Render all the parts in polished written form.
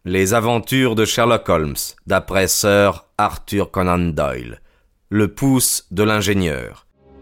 Les aventures de Sherlock Holmes, d'après Sir Arthur Conan Doyle. Le pouce de l'ingénieur.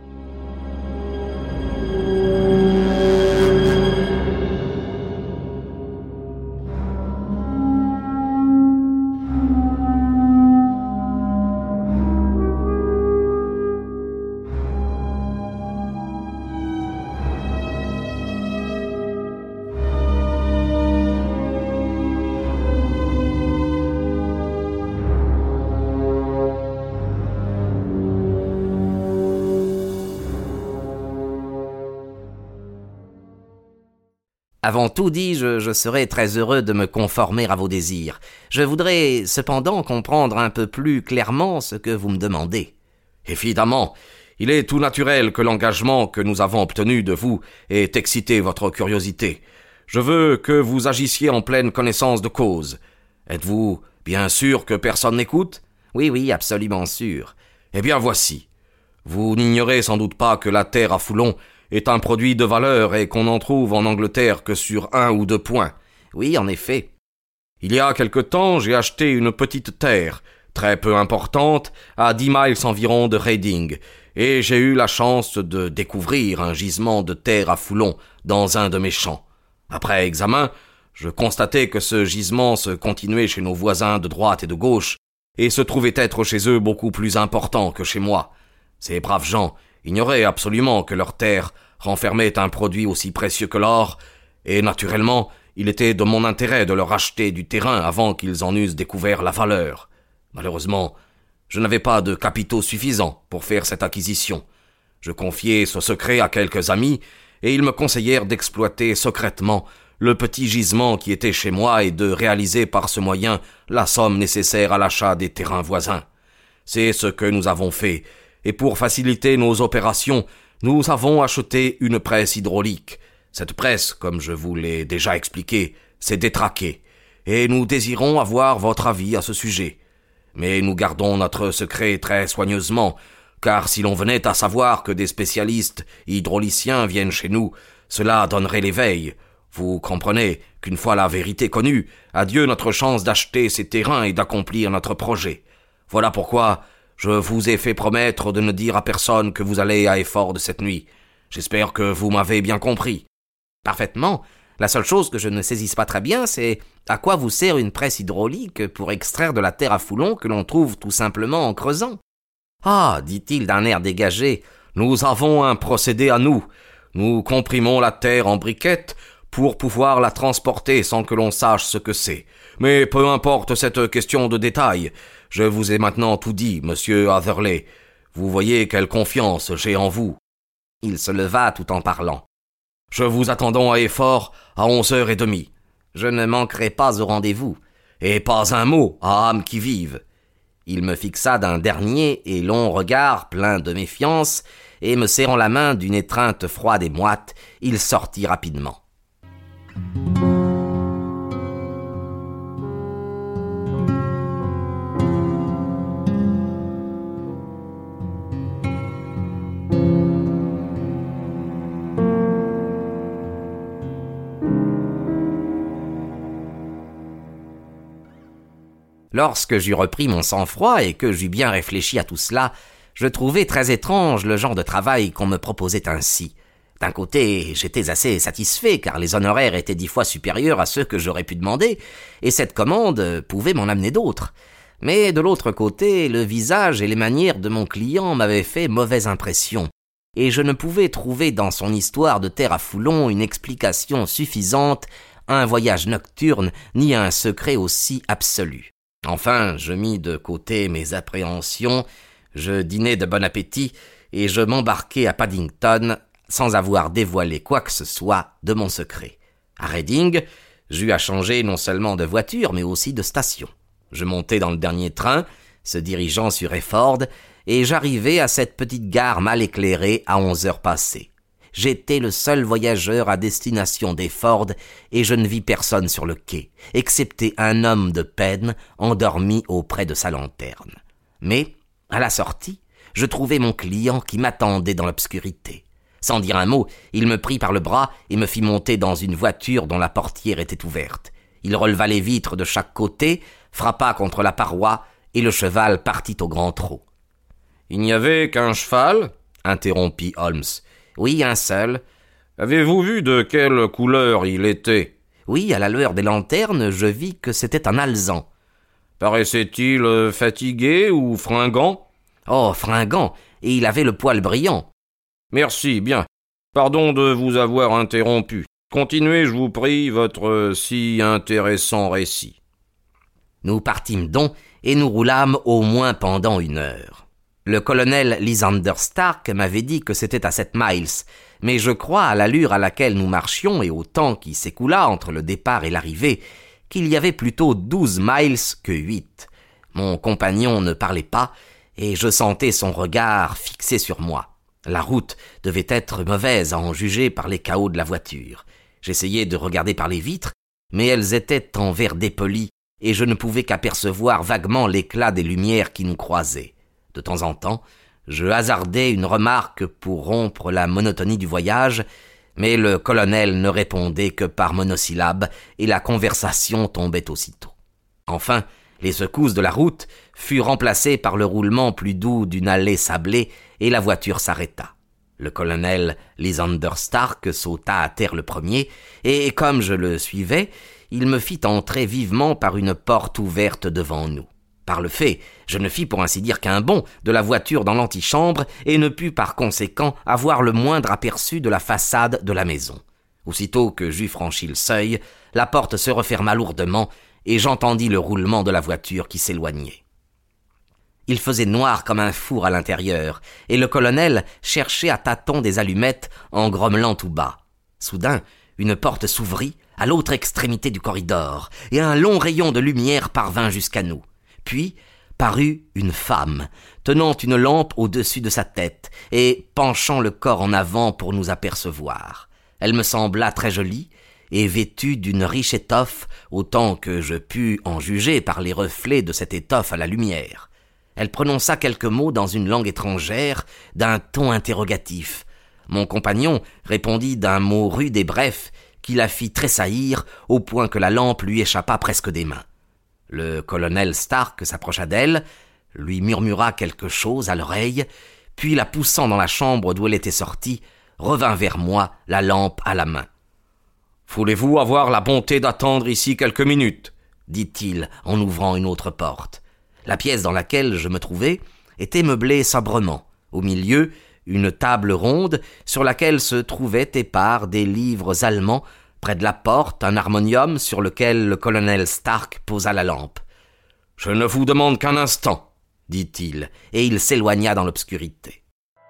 Avant tout, dis-je, je serais très heureux de me conformer à vos désirs. Je voudrais cependant comprendre un peu plus clairement ce que vous me demandez. Évidemment, il est tout naturel que l'engagement que nous avons obtenu de vous ait excité votre curiosité. Je veux que vous agissiez en pleine connaissance de cause. Êtes-vous bien sûr que personne n'écoute ? Oui, absolument sûr. Eh bien voici. Vous n'ignorez sans doute pas que la terre à foulon est un produit de valeur et qu'on n'en trouve en Angleterre que sur 1 ou 2 points. Oui, en effet. Il y a quelque temps, j'ai acheté une petite terre, très peu importante, à 10 miles environ de Reading, et j'ai eu la chance de découvrir un gisement de terre à foulon dans un de mes champs. Après examen, je constatai que ce gisement se continuait chez nos voisins de droite et de gauche, et se trouvait être chez eux beaucoup plus important que chez moi. Ces braves gens ignoraient absolument que leur terre renfermait un produit aussi précieux que l'or, et naturellement, il était de mon intérêt de leur acheter du terrain avant qu'ils en eussent découvert la valeur. Malheureusement, je n'avais pas de capitaux suffisants pour faire cette acquisition. Je confiai ce secret à quelques amis, et ils me conseillèrent d'exploiter secrètement le petit gisement qui était chez moi et de réaliser par ce moyen la somme nécessaire à l'achat des terrains voisins. C'est ce que nous avons fait, et pour faciliter nos opérations, nous avons acheté une presse hydraulique. Cette presse, comme je vous l'ai déjà expliqué, s'est détraquée, et nous désirons avoir votre avis à ce sujet. Mais nous gardons notre secret très soigneusement, car si l'on venait à savoir que des spécialistes hydrauliciens viennent chez nous, cela donnerait l'éveil. Vous comprenez qu'une fois la vérité connue, adieu notre chance d'acheter ces terrains et d'accomplir notre projet. Voilà pourquoi je vous ai fait promettre de ne dire à personne que vous allez à Eyford cette nuit. J'espère que vous m'avez bien compris. Parfaitement. La seule chose que je ne saisisse pas très bien, c'est à quoi vous sert une presse hydraulique pour extraire de la terre à foulon que l'on trouve tout simplement en creusant. Ah, dit-il d'un air dégagé, nous avons un procédé à nous. Nous comprimons la terre en briquettes pour pouvoir la transporter sans que l'on sache ce que c'est. Mais peu importe cette question de détail. Je vous ai maintenant tout dit, monsieur Atherley. Vous voyez quelle confiance j'ai en vous. Il se leva tout en parlant. Je vous attendons à Eyford à 11h30. Je ne manquerai pas au rendez-vous. Et pas un mot à âme qui vive. Il me fixa d'un dernier et long regard plein de méfiance, et me serrant la main d'une étreinte froide et moite, il sortit rapidement. Lorsque j'eus repris mon sang-froid et que j'eus bien réfléchi à tout cela, je trouvai très étrange le genre de travail qu'on me proposait ainsi. D'un côté, j'étais assez satisfait car les honoraires étaient 10 fois supérieurs à ceux que j'aurais pu demander, et cette commande pouvait m'en amener d'autres. Mais de l'autre côté, le visage et les manières de mon client m'avaient fait mauvaise impression, et je ne pouvais trouver dans son histoire de terre à foulon une explication suffisante à un voyage nocturne ni à un secret aussi absolu. Enfin, je mis de côté mes appréhensions, je dînai de bon appétit, et je m'embarquai à Paddington sans avoir dévoilé quoi que ce soit de mon secret. À Reading, j'eus à changer non seulement de voiture, mais aussi de station. Je montai dans le dernier train, se dirigeant sur Eyford, et j'arrivai à cette petite gare mal éclairée à 11h passées. J'étais le seul voyageur à destination d'Eyford et je ne vis personne sur le quai, excepté un homme de peine endormi auprès de sa lanterne. Mais, à la sortie, je trouvai mon client qui m'attendait dans l'obscurité. Sans dire un mot, il me prit par le bras et me fit monter dans une voiture dont la portière était ouverte. Il releva les vitres de chaque côté, frappa contre la paroi, et le cheval partit au grand trot. « Il n'y avait qu'un cheval ?» interrompit Holmes. « Oui, un seul. »« Avez-vous vu de quelle couleur il était ?»« Oui, à la lueur des lanternes, je vis que c'était un alezan. »« Paraissait-il fatigué ou fringant ?»« Oh, fringant, et il avait le poil brillant. »« Merci, bien. Pardon de vous avoir interrompu. Continuez, je vous prie, votre si intéressant récit. » Nous partîmes donc, et nous roulâmes au moins pendant 1 heure. Le colonel Lysander Stark m'avait dit que c'était à 7 miles, mais je crois, à l'allure à laquelle nous marchions et au temps qui s'écoula entre le départ et l'arrivée, qu'il y avait plutôt 12 miles que 8. Mon compagnon ne parlait pas, et je sentais son regard fixé sur moi. La route devait être mauvaise à en juger par les cahots de la voiture. J'essayais de regarder par les vitres, mais elles étaient en verre dépoli, et je ne pouvais qu'apercevoir vaguement l'éclat des lumières qui nous croisaient. De temps en temps, je hasardais une remarque pour rompre la monotonie du voyage, mais le colonel ne répondait que par monosyllabes, et la conversation tombait aussitôt. Enfin, les secousses de la route furent remplacées par le roulement plus doux d'une allée sablée, et la voiture s'arrêta. Le colonel Lysander Stark sauta à terre le premier, et comme je le suivais, il me fit entrer vivement par une porte ouverte devant nous. Par le fait, je ne fis pour ainsi dire qu'un bond de la voiture dans l'antichambre et ne pus par conséquent avoir le moindre aperçu de la façade de la maison. Aussitôt que j'eus franchi le seuil, la porte se referma lourdement et j'entendis le roulement de la voiture qui s'éloignait. Il faisait noir comme un four à l'intérieur, et le colonel cherchait à tâtons des allumettes en grommelant tout bas. Soudain, une porte s'ouvrit à l'autre extrémité du corridor, et un long rayon de lumière parvint jusqu'à nous. Puis parut une femme, tenant une lampe au-dessus de sa tête, et penchant le corps en avant pour nous apercevoir. Elle me sembla très jolie, et vêtue d'une riche étoffe, autant que je pus en juger par les reflets de cette étoffe à la lumière. Elle prononça quelques mots dans une langue étrangère, d'un ton interrogatif. Mon compagnon répondit d'un mot rude et bref, qui la fit tressaillir, au point que la lampe lui échappa presque des mains. Le colonel Stark s'approcha d'elle, lui murmura quelque chose à l'oreille, puis la poussant dans la chambre d'où elle était sortie, revint vers moi, la lampe à la main. « Voulez-vous avoir la bonté d'attendre ici quelques minutes ?» dit-il en ouvrant une autre porte. La pièce dans laquelle je me trouvais était meublée sobrement. Au milieu, une table ronde sur laquelle se trouvaient épars des livres allemands. Près de la porte, un harmonium sur lequel le colonel Stark posa la lampe. « Je ne vous demande qu'un instant, » dit-il, et il s'éloigna dans l'obscurité.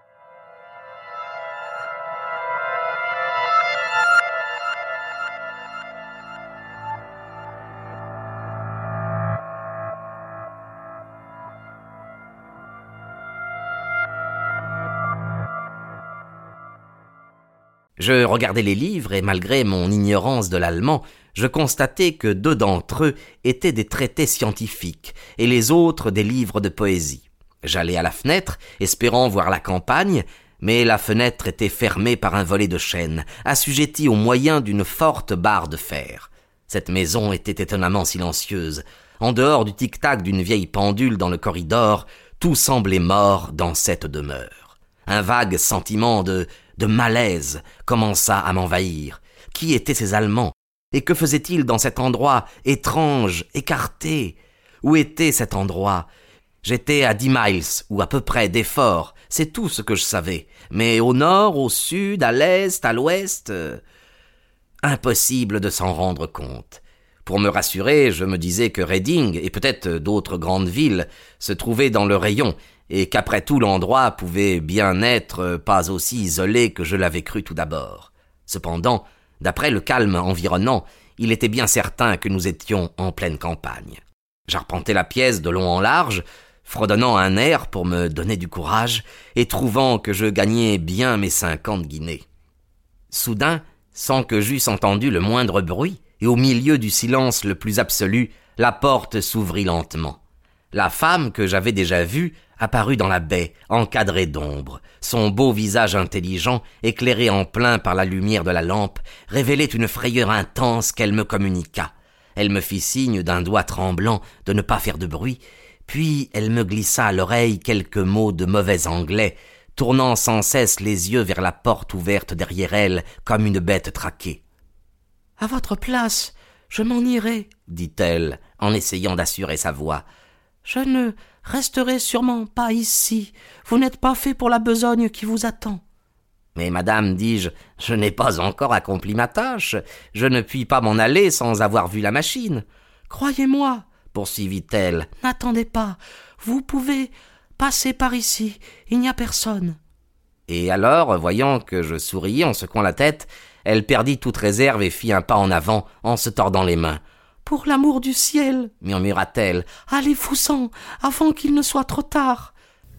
Je regardais les livres et malgré mon ignorance de l'allemand, je constatai que 2 d'entre eux étaient des traités scientifiques et les autres des livres de poésie. J'allai à la fenêtre, espérant voir la campagne, mais la fenêtre était fermée par un volet de chêne, assujetti au moyen d'une forte barre de fer. Cette maison était étonnamment silencieuse. En dehors du tic-tac d'une vieille pendule dans le corridor, tout semblait mort dans cette demeure. Un vague sentiment de malaise commença à m'envahir. Qui étaient ces Allemands? Et que faisaient-ils dans cet endroit étrange, écarté? Où était cet endroit? J'étais à 10 miles, ou à peu près, des forts, c'est tout ce que je savais. Mais au nord, au sud, à l'est, à l'ouest... Impossible de s'en rendre compte. Pour me rassurer, je me disais que Reading, et peut-être d'autres grandes villes, se trouvaient dans le rayon, et qu'après tout l'endroit pouvait bien n'être pas aussi isolé que je l'avais cru tout d'abord. Cependant, d'après le calme environnant, il était bien certain que nous étions en pleine campagne. J'arpentais la pièce de long en large, fredonnant un air pour me donner du courage, et trouvant que je gagnais bien mes 50 guinées. Soudain, sans que j'eusse entendu le moindre bruit, et au milieu du silence le plus absolu, la porte s'ouvrit lentement. La femme que j'avais déjà vue apparut dans la baie, encadrée d'ombre. Son beau visage intelligent, éclairé en plein par la lumière de la lampe, révélait une frayeur intense qu'elle me communiqua. Elle me fit signe d'un doigt tremblant de ne pas faire de bruit, puis elle me glissa à l'oreille quelques mots de mauvais anglais, tournant sans cesse les yeux vers la porte ouverte derrière elle comme une bête traquée. « À votre place, je m'en irai, » dit-elle, en essayant d'assurer sa voix. « Je ne resterai sûrement pas ici. Vous n'êtes pas fait pour la besogne qui vous attend. » « Mais madame, dis-je, je n'ai pas encore accompli ma tâche. Je ne puis pas m'en aller sans avoir vu la machine. »« Croyez-moi, » poursuivit-elle, « n'attendez pas. Vous pouvez passer par ici. Il n'y a personne. » Et alors, voyant que je souriais en secouant la tête, elle perdit toute réserve et fit un pas en avant en se tordant les mains. « Pour l'amour du ciel, » murmura-t-elle, « allez-vous-en, avant qu'il ne soit trop tard. »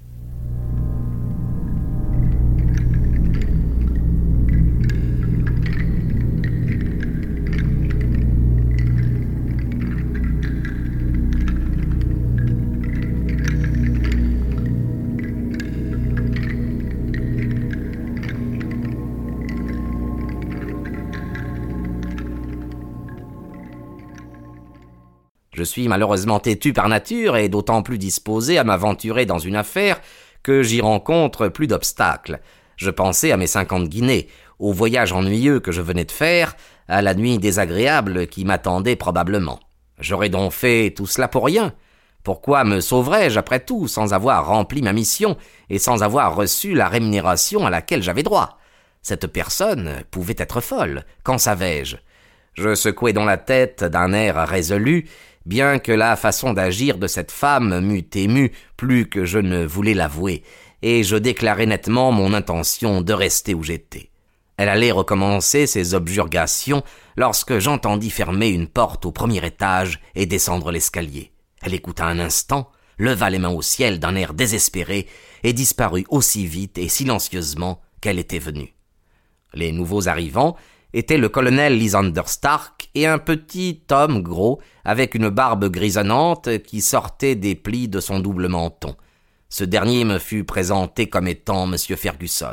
Je suis malheureusement têtu par nature et d'autant plus disposé à m'aventurer dans une affaire que j'y rencontre plus d'obstacles. Je pensais à mes 50 guinées, au voyage ennuyeux que je venais de faire, à la nuit désagréable qui m'attendait probablement. J'aurais donc fait tout cela pour rien. Pourquoi me sauverais-je après tout sans avoir rempli ma mission et sans avoir reçu la rémunération à laquelle j'avais droit? Cette personne pouvait être folle, qu'en savais-je? Je secouai donc la tête d'un air résolu, bien que la façon d'agir de cette femme m'eût ému plus que je ne voulais l'avouer, et je déclarai nettement mon intention de rester où j'étais. Elle allait recommencer ses objurgations lorsque j'entendis fermer une porte au premier étage et descendre l'escalier. Elle écouta un instant, leva les mains au ciel d'un air désespéré et disparut aussi vite et silencieusement qu'elle était venue. Les nouveaux arrivants étaient le colonel Lysander Stark et un petit homme gros avec une barbe grisonnante qui sortait des plis de son double menton. Ce dernier me fut présenté comme étant M. Fergusson.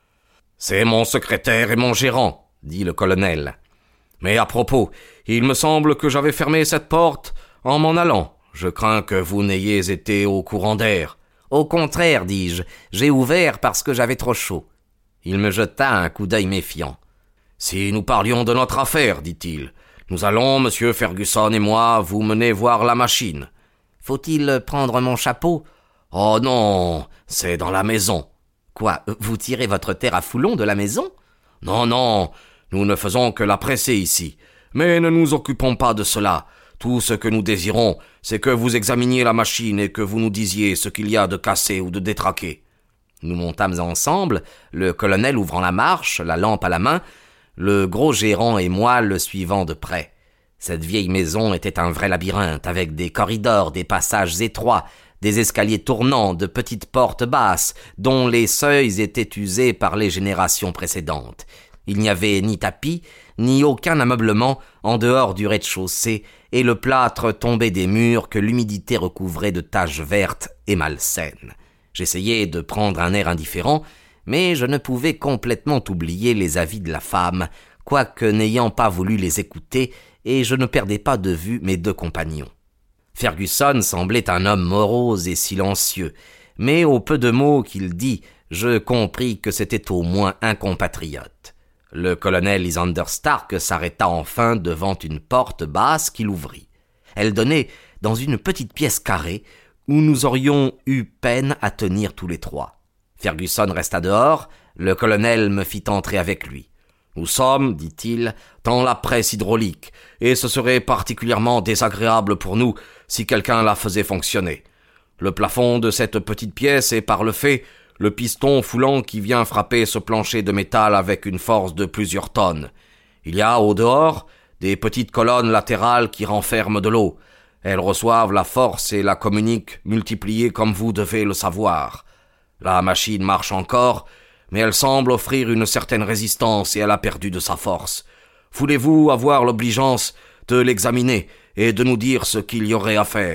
« C'est mon secrétaire et mon gérant, » dit le colonel. « Mais à propos, il me semble que j'avais fermé cette porte en m'en allant. Je crains que vous n'ayez été au courant d'air. »« Au contraire, dis-je, j'ai ouvert parce que j'avais trop chaud. » Il me jeta un coup d'œil méfiant. « Si nous parlions de notre affaire, dit-il, nous allons, monsieur Fergusson et moi, vous mener voir la machine. »« Faut-il prendre mon chapeau ?»« Oh non, c'est dans la maison. »« Quoi, vous tirez votre terre à foulon de la maison ?»« Non, non, nous ne faisons que la presser ici. Mais ne nous occupons pas de cela. Tout ce que nous désirons, c'est que vous examiniez la machine et que vous nous disiez ce qu'il y a de cassé ou de détraqué. » Nous montâmes ensemble, le colonel ouvrant la marche, la lampe à la main, le gros gérant et moi le suivant de près. Cette vieille maison était un vrai labyrinthe, avec des corridors, des passages étroits, des escaliers tournants, de petites portes basses, dont les seuils étaient usés par les générations précédentes. Il n'y avait ni tapis, ni aucun ameublement en dehors du rez-de-chaussée, et le plâtre tombait des murs que l'humidité recouvrait de taches vertes et malsaines. J'essayais de prendre un air indifférent, mais je ne pouvais complètement oublier les avis de la femme, quoique n'ayant pas voulu les écouter, et je ne perdais pas de vue mes deux compagnons. Fergusson semblait un homme morose et silencieux, mais au peu de mots qu'il dit, je compris que c'était au moins un compatriote. Le colonel Lysander Stark s'arrêta enfin devant une porte basse qu'il ouvrit. Elle donnait dans une petite pièce carrée où nous aurions eu peine à tenir tous les trois. Fergusson resta dehors, le colonel me fit entrer avec lui. « Nous sommes, dit-il, dans la presse hydraulique, et ce serait particulièrement désagréable pour nous si quelqu'un la faisait fonctionner. Le plafond de cette petite pièce est par le fait le piston foulant qui vient frapper ce plancher de métal avec une force de plusieurs tonnes. Il y a au dehors des petites colonnes latérales qui renferment de l'eau. Elles reçoivent la force et la communiquent multipliées comme vous devez le savoir. La machine marche encore, mais elle semble offrir une certaine résistance et elle a perdu de sa force. Voulez-vous avoir l'obligeance de l'examiner et de nous dire ce qu'il y aurait à faire ?»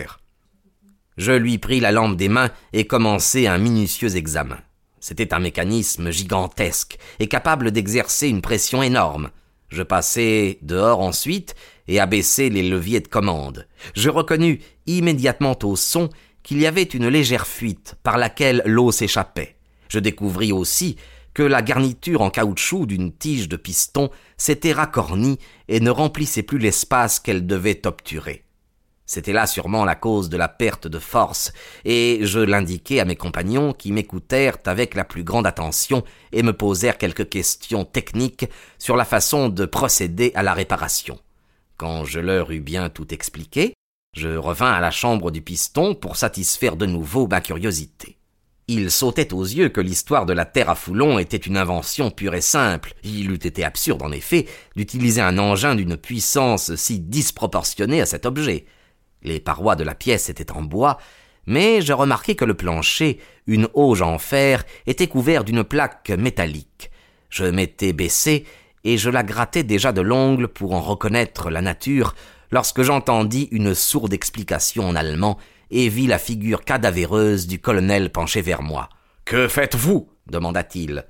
Je lui pris la lampe des mains et commençai un minutieux examen. C'était un mécanisme gigantesque et capable d'exercer une pression énorme. Je passai dehors ensuite et à baisser les leviers de commande. Je reconnus immédiatement au son qu'il y avait une légère fuite par laquelle l'eau s'échappait. Je découvris aussi que la garniture en caoutchouc d'une tige de piston s'était racornie et ne remplissait plus l'espace qu'elle devait obturer. C'était là sûrement la cause de la perte de force, et je l'indiquai à mes compagnons qui m'écoutèrent avec la plus grande attention et me posèrent quelques questions techniques sur la façon de procéder à la réparation. Quand je leur eus bien tout expliqué, je revins à la chambre du piston pour satisfaire de nouveau ma curiosité. Il sautait aux yeux que l'histoire de la terre à foulon était une invention pure et simple. Il eût été absurde, en effet, d'utiliser un engin d'une puissance si disproportionnée à cet objet. Les parois de la pièce étaient en bois, mais je remarquai que le plancher, une auge en fer, était couvert d'une plaque métallique. Je m'étais baissé, et je la grattais déjà de l'ongle pour en reconnaître la nature, lorsque j'entendis une sourde explication en allemand, et vis la figure cadavéreuse du colonel penché vers moi. « Que faites-vous » demanda-t-il.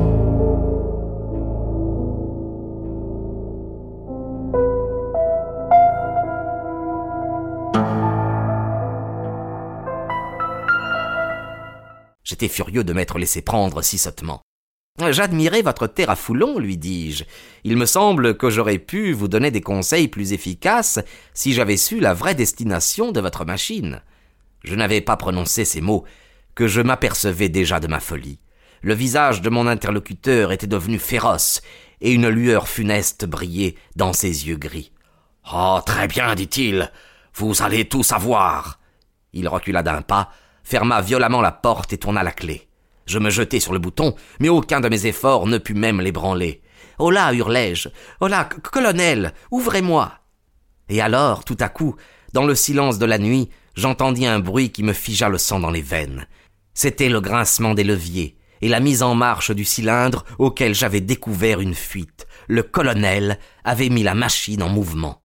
J'étais furieux de m'être laissé prendre si sottement. « J'admirais votre terre à foulon, lui dis-je. Il me semble que j'aurais pu vous donner des conseils plus efficaces si j'avais su la vraie destination de votre machine. » Je n'avais pas prononcé ces mots que je m'apercevais déjà de ma folie. Le visage de mon interlocuteur était devenu féroce et une lueur funeste brillait dans ses yeux gris. « Oh, très bien, dit-il, vous allez tout savoir. » Il recula d'un pas, ferma violemment la porte et tourna la clé. Je me jetai sur le bouton, mais aucun de mes efforts ne put même l'ébranler. « Oh là !» hurlai-je. « Oh là, colonel, ouvrez-moi !» Et alors, tout à coup, dans le silence de la nuit, j'entendis un bruit qui me figea le sang dans les veines. C'était le grincement des leviers et la mise en marche du cylindre auquel j'avais découvert une fuite. Le colonel avait mis la machine en mouvement.